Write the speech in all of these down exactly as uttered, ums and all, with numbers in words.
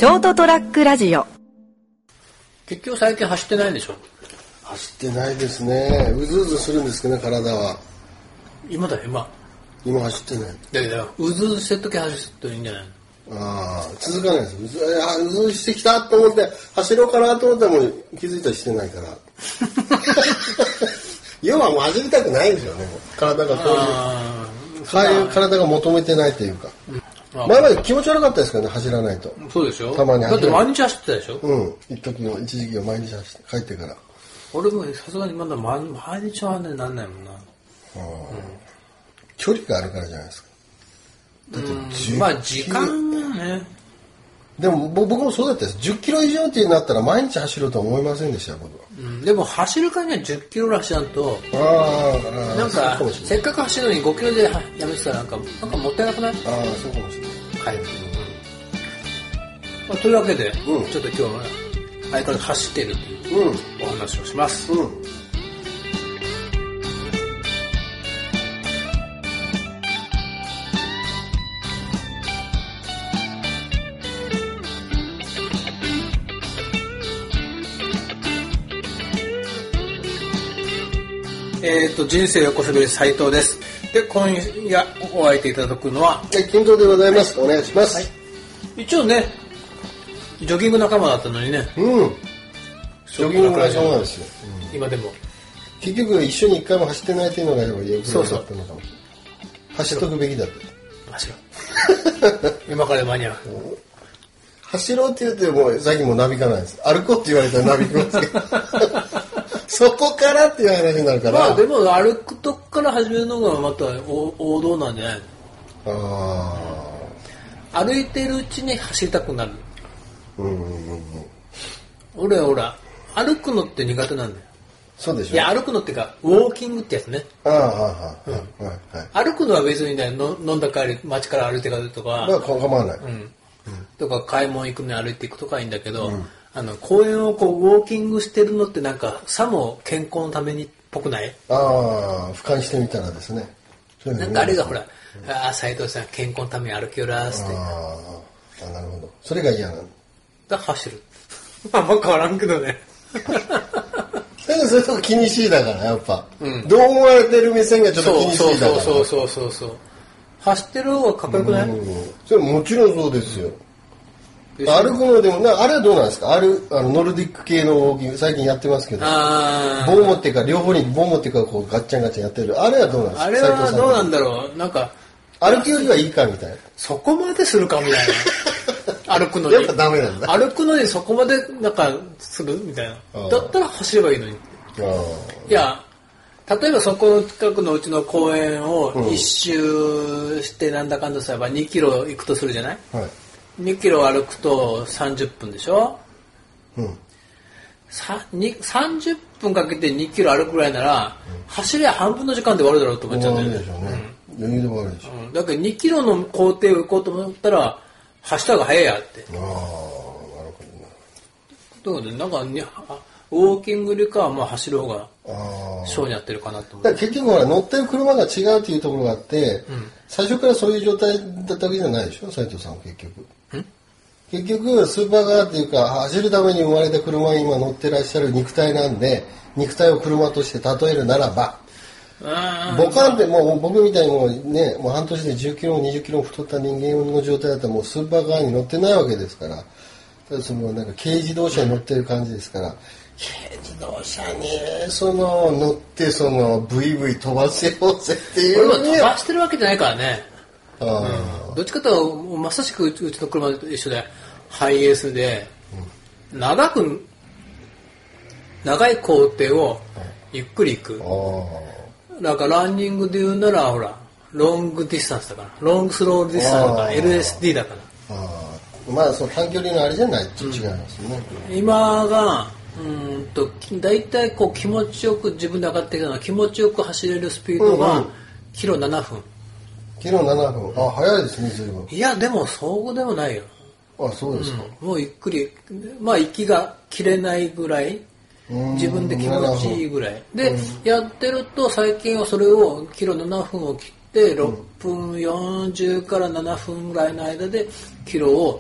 ショートトラックラジオ。 結局最近走ってないんでしょ？ 走ってないですね。うずうずするんですけどね、体は。 今だよ、今。 今走ってない。 だけど、うずうずしてるとき走るといいんじゃないの？ ああ、続かないです。うずうずうずしてきたと思って、走ろうかなと思ったらもう気づいたらしてないから。要はもう走りたくないんですよね。体がこういう、ああいう体が求めてないというか。うん、前まで気持ち悪かったですからね、走らないと。 そうでしょ。 たまにだって毎日走ってたでしょ。 うん。一時の一時期は毎日走って帰ってから。 俺もさすがにまだ毎日はねなんないもんな。うん、 距離があるからじゃないですか。だってじゅっまあ時間はね。でも僕もそうだったです。じゅっキロ以上ってなったら毎日走ろうとは思いませんでした僕は。 うん、でも走るからにはじゅっキロら走らんと。 ああ、 なんかせっかく走るのにごキロでやめてたらなんかなんかもったいなくない？ ああ、そうかもしれない。 はい。まあ、というわけで、 うん、 ちょっと今日は相変わらず走っているというお話をします。 うんうんえっと、人生横滑り斉藤です。で、今夜お会いいただくのは、 はい、金蔵でございます。はい、お願いします。はい、 一応ね、ジョギング仲間だったのにね。 うん。ジョギング仲間なんですよ。 うん、今でも。 結局一緒に一回も走ってないというのがやっぱりよくなかったのかも。走っとくべきだった。 走ろう。今から間に合う。 走ろうって言うともう最近もなびかないです。歩こうって言われたらなびきますけど。そこからっていう話になるから。 まあでも歩くとこから始めるのがまた王道なんじゃないの？ああ。歩いてるうちに走りたくなる。 うんうんうんうん。 俺はほら歩くのって苦手なんだよ。 そうでしょ。 いや歩くのっていうかウォーキングってやつね。 ああはいはいはい。 歩くのは別にねの飲んだ帰り街から歩いて帰るとか。 まあ構わない。 うん。うん、とか買い物行くのに歩いていくとかいいんだけど。うん、あの公園をこうウォーキングしてるのってなんかさも健康のためにっぽくない？ ああ、俯瞰してみたらですね。 なんかあれがほら、うん、ああ斉藤さん健康のために歩きよらーって。 ああ、なるほど。それが嫌なの。 だから走る。あんま変わらんけどね。 だからそういうとこ気にしいだからやっぱ、うん、どう思われてる目線がちょっと気にしいだから。 そうそうそうそうそうそう。走ってる方がかっこよくない？うん、 それもちろんそうですよ。歩くのでもなあれはどうなんですか？あるあのノルディック系のウォーキング最近やってますけど、棒持ってか両方に棒持ってかこうガッチャンガッチャンやってるあれはどうなんですか？ あれはどうなんだろう。なんか歩きよりはいいかみたいな。そこまでするかみたいな。歩くのにやっぱダメなんだ。 歩くのにそこまでなんかするみたいな。だったら走ればいいのに。いや例えばそこの近くのうちの公園を一周してなんだかんだすればにキロ行くとするじゃない？はい。にキロ歩くとさんじゅっぷんでしょ、うん、ささんじゅっぷんかけてにキロ歩くぐらいなら、うん、走りゃ半分の時間で終わるだろうと思っちゃうんだよね。終わるでしょうね。余裕で終わるでしょう、うん、だからにキロの工程を行こうと思ったら走った方が早いやって。ああ、なるほどね。だからねウォーキングよりかはまあ走る方が性に合ってるかなと思う。 だから結局ほら乗ってる車が違うっていうところがあって、うん、最初からそういう状態だったわけじゃないでしょ斉藤さんは結局。結局スーパーカーっていうか走るために生まれた車に今乗ってらっしゃる肉体なんで肉体を車として例えるならばボカンってもう僕みたいにもうねもう半年でじゅっキロもにじゅっキロも太った人間の状態だったらもうスーパーカーに乗ってないわけですからただそのなんか軽自動車に乗ってる感じですから、軽自動車にその乗ってそのブイブイ飛ばせようぜっていう俺も飛ばしてるわけじゃないからね。うん、どっちかというとまさしくうちの車と一緒でハイエースで、うん、長く長い工程をゆっくり行く、うん、だからランニングで言うならほらロングディスタンスだからロングスローディスタンスだから エルエスディー だからあまあその短距離のあれじゃないと違いますよね、 うん、今がうんとだいたいこう気持ちよく自分で上がってきたのは気持ちよく走れるスピードがキロななふん、 キロななふん。あ、早いですね、随分。 いや、でもそうでもないよ。 あ、そうですか。 うん、もうゆっくり、まあ息が切れないぐらい、自分で気持ちいいぐらい。で、やってると最近はそれをキロななふんを切って、ろっぷんよんじゅうからななふんぐらいの間でキロを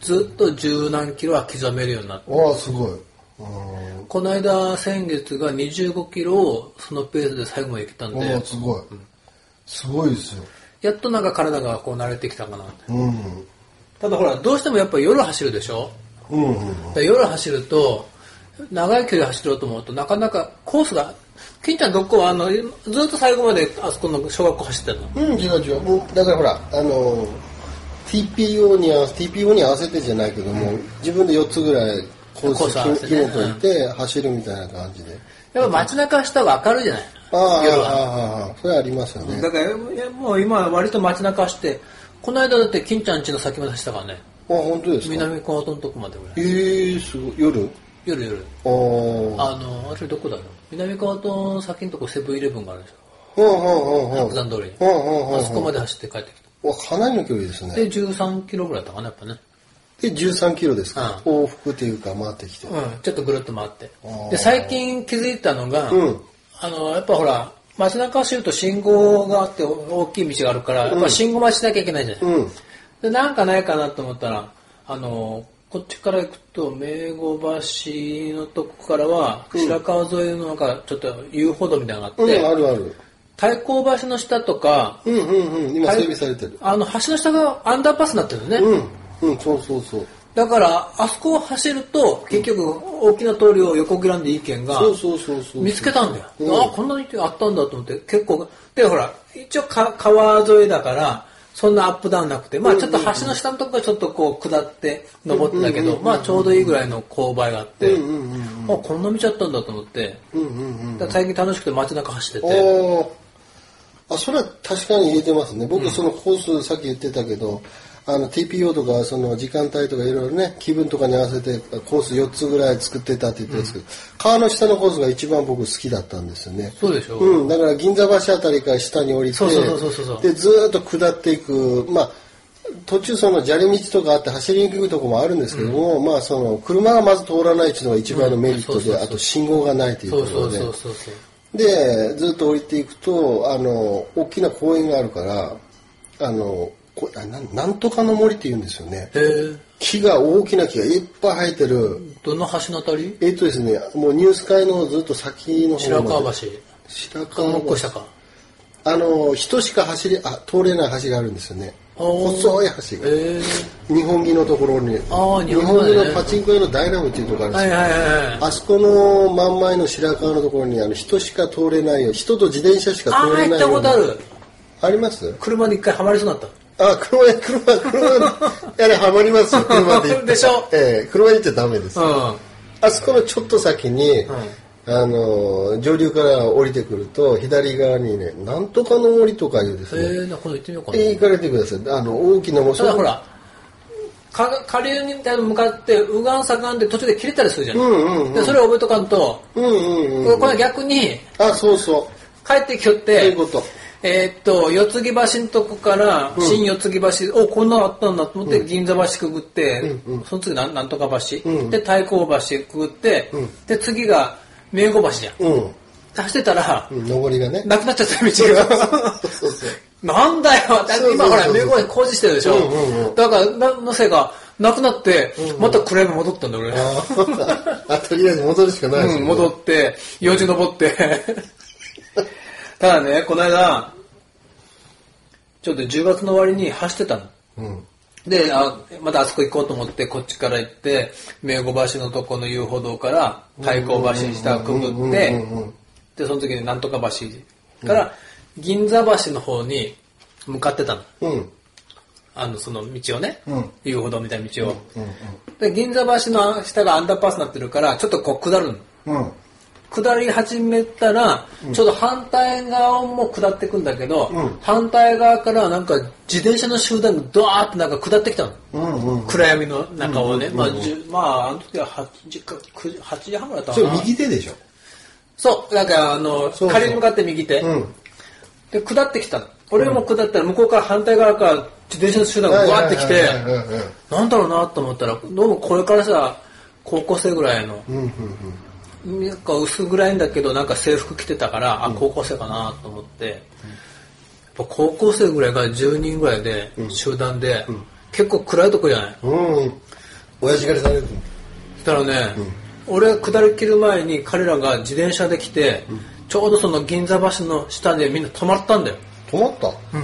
ずっと十何キロは刻めるようになって。 ああ、すごい。 この間、先月がにじゅうごキロをそのペースで最後まで行けたんで。 ああ、すごい。すごいですよ。 やっとなんか体がこう慣れてきたかなって。 うん、 ただほら、どうしてもやっぱ夜走るでしょ、うんうんうん、夜走ると、長い距離走ろうと思うとなかなかコースが、金ちゃんどこあの、ずっと最後まであそこの小学校走ってたの？ うん、違う違う。もうだからほら、あの、ティーピーオー に合わせ、ティーピーオー に合わせてじゃないけども、うん、自分でよっつぐらいコース決めといて走るみたいな感じで。 やっぱ街中下は明るいじゃない。 ああ、夜は。ああ、それはありますよね。 だから、もう今割と街中走って、この間だって金ちゃん家の先まで走ったからね。 あ、本当ですか？ 南川戸のとこまでぐらい。 ええー、すごい。夜？ 夜夜。 ああ。 あの、あれどこだろう。南川戸の先のとこセブンイレブンがあるでしょ。うんうんうんうん。 白山通りに。 うんうんうん。 あそこまで走って帰ってきた。 わ、かなりの距離ですね。 で、じゅうさんキロぐらいだったかな、やっぱね。 で、じゅうさんキロですか、うん、往復っていうか回ってきて。 うん、ちょっとぐるっと回って。で、最近気づいたのが、うん、あの、やっぱほら、街中走ると信号があって大きい道があるから、やっぱ信号待ちしなきゃいけないじゃない。うん、で、なんかないかなと思ったら、あの、こっちから行くと、名護橋のとこからは、白川沿いのなんかちょっと遊歩道みたいなのがあって、 うん、あるある。 太閤橋の下とか、 うんうんうん、今整備されてる。 あの、橋の下がアンダーパスになってるよね。 うん、うん、そうそうそう。 だから、あそこを走ると、結局、大きな通りを横切らんでいい県が、見つけたんだよ。うん、あ、こんなにあったんだと思って、結構、で、ほら、一応か川沿いだから、そんなアップダウンなくて、まあちょっと橋の下のところがちょっとこう下って登ってたけど、まあちょうどいいぐらいの勾配があって、あ、こんな道あったんだと思って、最近楽しくて街中走ってて。 あ、それは確かに言えてますね。僕そのコースさっき言ってたけど、あの ティーピーオー とかその時間帯とかいろいろね、気分とかに合わせてコースよっつぐらい作ってたって言ってるんですけど、うん、川の下のコースが一番僕好きだったんですよね。 そうでしょ。 うん、だから銀座橋あたりから下に降りて、 そうそうそうそうそうでずーっと下っていく、まあ途中その砂利道とかあって走りにくいところもあるんですけども、うん、まあその車がまず通らないっていうのが一番のメリットで、あと信号がないというところで。そうそうそうそうで、ずっと降りていくと、あの、大きな公園があるから、あの、こあななんとかの森って言うんですよね。木が、大きな木がいっぱい生えてる。 どの橋のあたり？ えっとですね、もうニュース会のずっと先の方白川橋。 白川橋。下か。 あの、人しか走り、あ、通れない橋があるんですよね。細い橋が。日本木のところに。 あ日本木のパチンコ屋のダイナムっていうところがあるんですよ。はいはいはいはい、あそこの真ん前の白川のところにあの人しか通れないよ。人と自転車しか通れないよ。 あ、行ったことある。 あります？ 車に一回はまりそうになった。 あ、車に、車、車に、やれはまりますよ、車で行って。 でしょ？ ええー、車に行っちゃダメです。うん、あそこのちょっと先に、うんあの上流から降りてくると左側にねなんとかの森とかいうですね。 えー、今度行ってみようかな。 行かれてください。あの大きなもただほらか下流に向かって右岸左岸で途中で切れたりするじゃない。うんうんうん、でそれを覚えとかんと。うんうんうん、これ逆にあそうそう帰ってきよって。 そういうこと。 えー、っと四つ木橋のとこから新四つ木橋、うん、おこんなのあったんだと思って、うん、銀座橋くぐって、うんうん、その次なんなんとか橋、うん、で太閤橋くぐって、うん、で次が名護橋じゃん。うん。走ってたら、 うん、上りがね。 なくなっちゃった道が。そうそうなんだよ。今ほら、名護橋工事してるでしょ。うんうんうん、だから、な、なぜか、なくなって、うんうん、また暗闇戻ったんだよ、俺。 あ、とりあえず戻るしかないですね。 うん、戻って、よじ登って。ただね、この間、ちょっとじゅうがつの終わりに走ってたの。うんで、あ、またあそこ行こうと思って、こっちから行って、名護橋のとこの遊歩道から太閤橋下くぐって、で、その時になんとか橋から、銀座橋の方に向かってたの。うん、あの、その道をね、うん、遊歩道みたいな道を、うんうんうん。で、銀座橋の下がアンダーパスになってるから、ちょっとこう下るの。うん下り始めたら、うん、ちょうど反対側も下っていくんだけど、うん、反対側からなんか自転車の集団がドワーってなんか下ってきたの。うんうんうん、暗闇の中をね。うんうんうん、まあ、まあ、あの時ははちじかはちじはんぐらいだったかな。 それ右手でしょ？ そう。なんかあの、下りに向かって右手。うん、で、下ってきたの。俺も下ったら向こうから反対側から自転車の集団がドワーってきて、なんだろうなと思ったら、どうもこれからさ、高校生ぐらいの、うんうんうんなんか薄暗いんだけどなんか制服着てたから、うん、あ高校生かなと思って、うん、やっぱ高校生ぐらいがじゅうにんぐらいで、うん、集団で、うん、結構暗いとこじゃない、うん、 親父狩りされる。 そしたらね、うん、俺が下り切る前に彼らが自転車で来て、うん、ちょうどその銀座橋の下でみんな止まったんだよ。 止まった？ うん。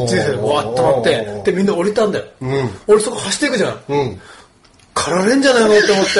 自転車でわーっと止まって、でみんな降りたんだよ。うん、俺そこ走っていくじゃん。うん。狩られんじゃないのって思って。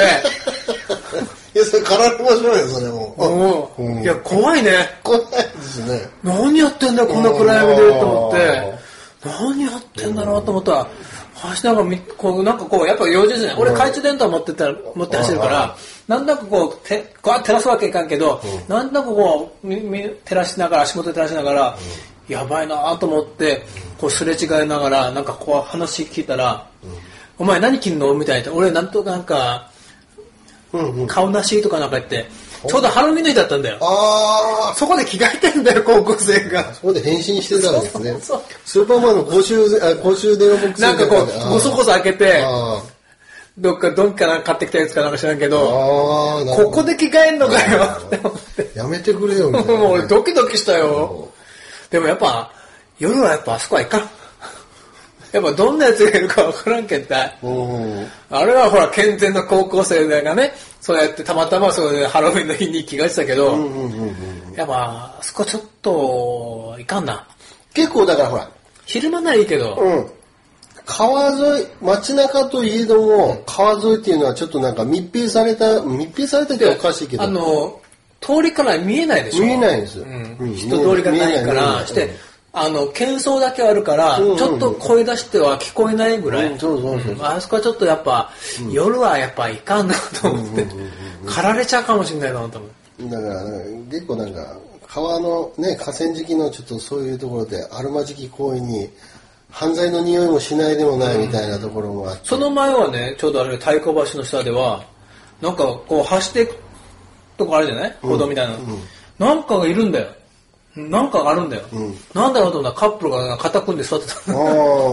いや、それ狩られましょうよ、それも。 うん。いや、怖いね。 怖いですね。 何やってんだよ、こんな暗闇でと思って。何やってんだろうと思ったら、走りながら、こう、なんかこう、やっぱ用事ですね。俺、懐中電灯持ってたら、持って走るから、なんだかこう、て、こう照らすわけいかんけど、なんだかこう、み、み、照らしながら、足元照らしながら、やばいなと思って、こう、すれ違いながら、なんかこう、話聞いたら、お前何着んのみたいな。俺、なんとかなんか、顔なしとかなんか言って、ちょうどハロウィンの日だったんだよ。ああ。そこで着替えてんだよ、高校生が。 そこで変身してたんですね。そうそうそうスーパーマンの公衆、あ公衆電話ボックスなんかこう、ごそごそ開けて、どっか、どっか買ってきたやつかなんか知らんけど、あここで着替えんのかよって思って。 やめてくれよ、みたいな、 ね。もう俺ドキドキしたよ。でもやっぱ、夜はやっぱあそこはいかん。やっぱどんなやつがいるかわからんけんたい。あれはほら健全な高校生がね、そうやってたまたまそういうハロウィンの日に着替えてたけど、やっぱあそこちょっといかんな。 結構だからほら昼間ならいいけど、うん、 川沿い街中といえども川沿いっていうのはちょっとなんか密閉された密閉されたっておかしいけど、 あの通りから見えないでしょ。 見えないんですよ。 うん、人通りがないからして。あの喧騒だけあるから、うんうんうん、ちょっと声出しては聞こえないぐらい、うん、そうそうそうそう、あそこはちょっとやっぱ、うん、夜はやっぱいかんなと思って、うんうんうんうん、駆られちゃうかもしれないなと思って。 だから結構なんか川のね河川敷のちょっとそういうところであるまじき公園に犯罪の匂いもしないでもないみたいなところもあって、うん、 その前はねちょうどあれ太鼓橋の下ではなんかこう走っていくとこあるじゃない、歩道みたいな、うんうん、なんかがいるんだよ。なんかあるんだよ、うん、なんだろうと思ったらカップルが肩組んで座ってた。あ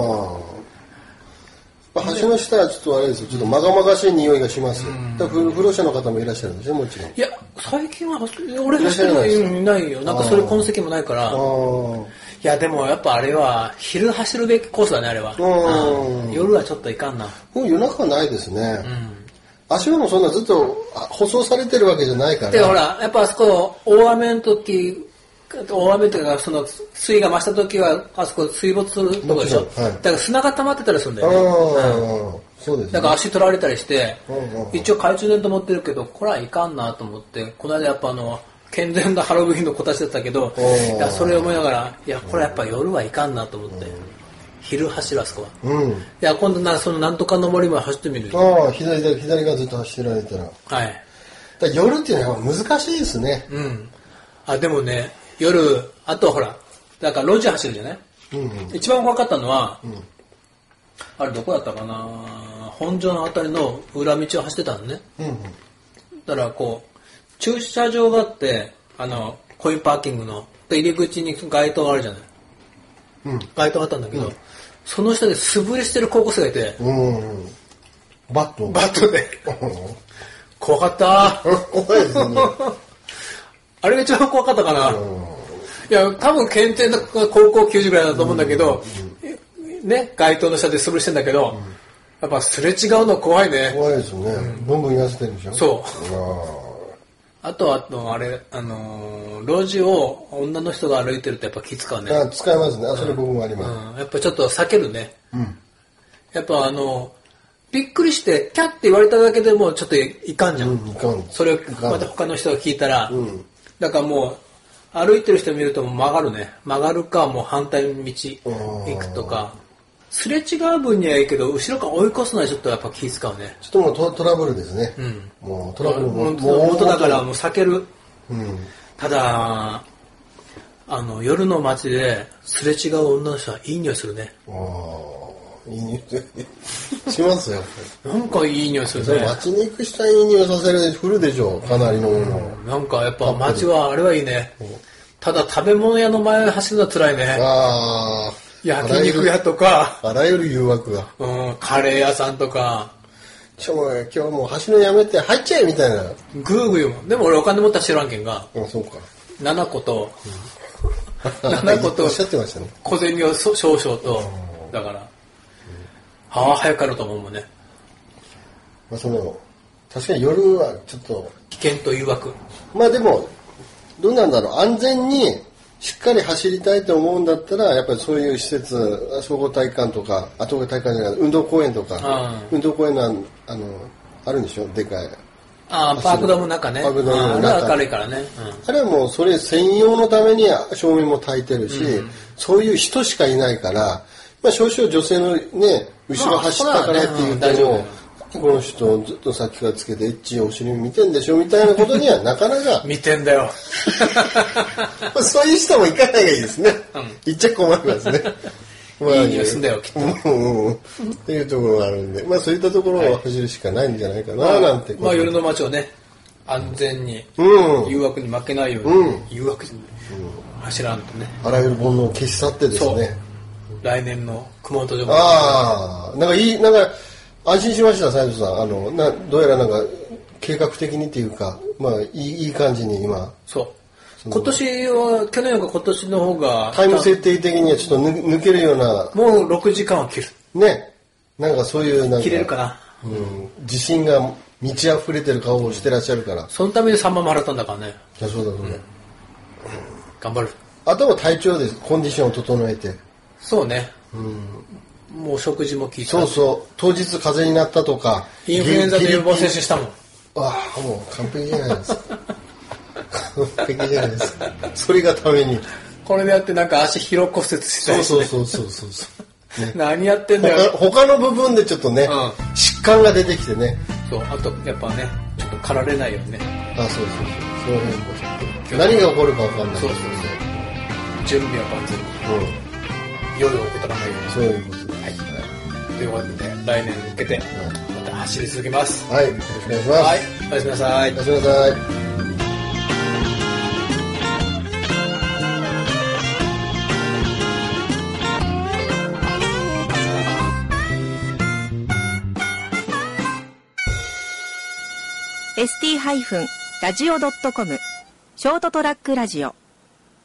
橋の下はちょっとあれですよ、ちょっとまがまがしい匂いがしますよ。うん、不老者の方もいらっしゃるんでしょ、もちろん。 いや最近は俺走ってるのはいないよ。なんかそれ痕跡もないから。いやでもやっぱあれは昼走るべきコースだねあれは。夜はちょっといかんな。 もう夜中はないですね。うん足場もそんなずっと舗装されてるわけじゃないから。 でほらやっぱあそこ大雨の時大雨というかその水位が増した時はあそこ水没するとこでしょ、はい、だから砂が溜まってたりするんだよね。うん、そうですね。だから足取られたりして、一応懐中電灯持ってるけどこれはいかんなと思って、この間やっぱあの健全なハロウィンの子たちだったけど、いやそれを思いながらいやこれやっぱ夜はいかんなと思って、昼走るあそこは、うん、いや今度なそのなんとか登りも走ってみる。 ああ左で左がずっと走られたら、はい。だ夜っていうのは難しいですね。 うん。あでもね。夜、あとほら、だから路地走るじゃない、うんうん、一番怖かったのは、うん、あれどこだったかな本庄のあたりの裏道を走ってたのね。うんうん、だからこう、駐車場があって、あの、コインパーキングの、入り口に街灯があるじゃない、うん、街灯があったんだけど、うん、その下で素振りしてる高校生がいて、うんうん、 バットバットで。怖かった怖いですね。 あれが一番怖かったかな。いや、多分検定の高校球児ぐらいだと思うんだけど、ね、街灯の下で素振りしてんだけど、やっぱすれ違うの怖いね。 怖いですよね。ボンボン言わせてるでしょ。 そう。あとあとあれ、あのー、路地を女の人が歩いてるとやっぱ気使うね。 あ、使いますね。あ、それ僕もあります。 うんうん、やっぱちょっと避けるね。うん、やっぱあの、びっくりして、キャッて言われただけでもちょっといかんじゃん。うん、いかん。それをまた他の人が聞いたら、うんだからもう歩いてる人見ると曲がるね。曲がるかもう反対道行くとか。すれ違う分にはいいけど後ろから追い越すのはちょっとやっぱ気使うね。 ちょっともう ト, トラブルですね。うん。もうトラブルももう元だからもう避ける。うん。ただあの夜の街ですれ違う女の人はいい匂いするね。ああ。 いい匂いしますよ。 なんかいい匂いするね。 街に行く人はいい匂いさせる降るでしょう。かなりのもの、 うん。なんかやっぱ街はあれはいいね。ただ食べ物屋の前を走るのは辛いね。ああ。焼肉屋とか。 あらゆる誘惑が。 うん。カレー屋さんとか。 ちょ今日もう走るのやめて入っちゃえみたいな。 グーグーも。でも俺お金持ったら知らんけんが。 あそうか。 ななこと。ななこと。 おっしゃってましたね。 小銭を少々と。だから。ああ、早く帰ろうと思うもんね。 まあ、その確かに夜はちょっと危険と誘惑。 まあでもどうなんだろう、安全にしっかり走りたいと思うんだったらやっぱりそういう施設、総合体育館とか、あと体育館じゃない運動公園とか、運動公園のあのあるんでしょ、でかい。 ああ、パークドームの中ね。パークドームの中。あれは明るいからね。うん、 あれはもうそれ専用のために照明も焚いてるし、うん、そういう人しかいないから、まあ少々女性のね、後ろ走ったからって言っても、まあこの人ずっとさっきからつけてエッチお尻見てんでしょみたいなことにはなかなか見てんだよそういう人も行かないがいいですね、うん、行っちゃ困りますねまあ、いい匂いすんだよきっと、 うんうん、っていうところがあるんで、まあそういったところを走るしかないんじゃないかな、はい、なんて、 まあ夜の街をね安全に、うん、誘惑に負けないように、うん、誘惑に、うん、走らんとね、 あらゆる煩悩を消し去ってですね、 来年の熊本城もああなんかいいなんか安心しました斉藤さん、あのなどうやらなんか計画的にっていうか、まあいいいい感じに今そう今年は去年より今年の方がタイム設定的にはちょっと抜けるようなもうろくじかんは切るね、なんかそういうなんか切れるかな、 うん、自信が満ち溢れてる顔をしてらっしゃるから、 そのためにさんまんも払ったんだからね。 いやそうだそうだ、うん、 頑張る。 あとは体調です、コンディションを整えて、 そうね、うん、もう食事も効いて、 そうそう、当日風邪になったとかインフルエンザで予防接種したもん。 ああもう完璧じゃないですか完璧じゃないですかそれがためにこれでやってなんか足疲労骨折したりして、 そうそうそうそうそう、 ね、何やってんだよ。 他の部分でちょっとね、うん、疾患が出てきてね、 そうあとやっぱねちょっと駆られないようにね、 あそうそうそう、その辺も何が起こるか分かんない、 そうそうそう、準備は万全に、うん、夜を受け取らないように、 そういうことです、 はいはい、ということで来年に向けてまた走り続けます。 はい、よろしくお願いします。 はい、おやすみなさい。 おやすみなさい。 エスティー ラジオ ドットコム ショートトラックラジオ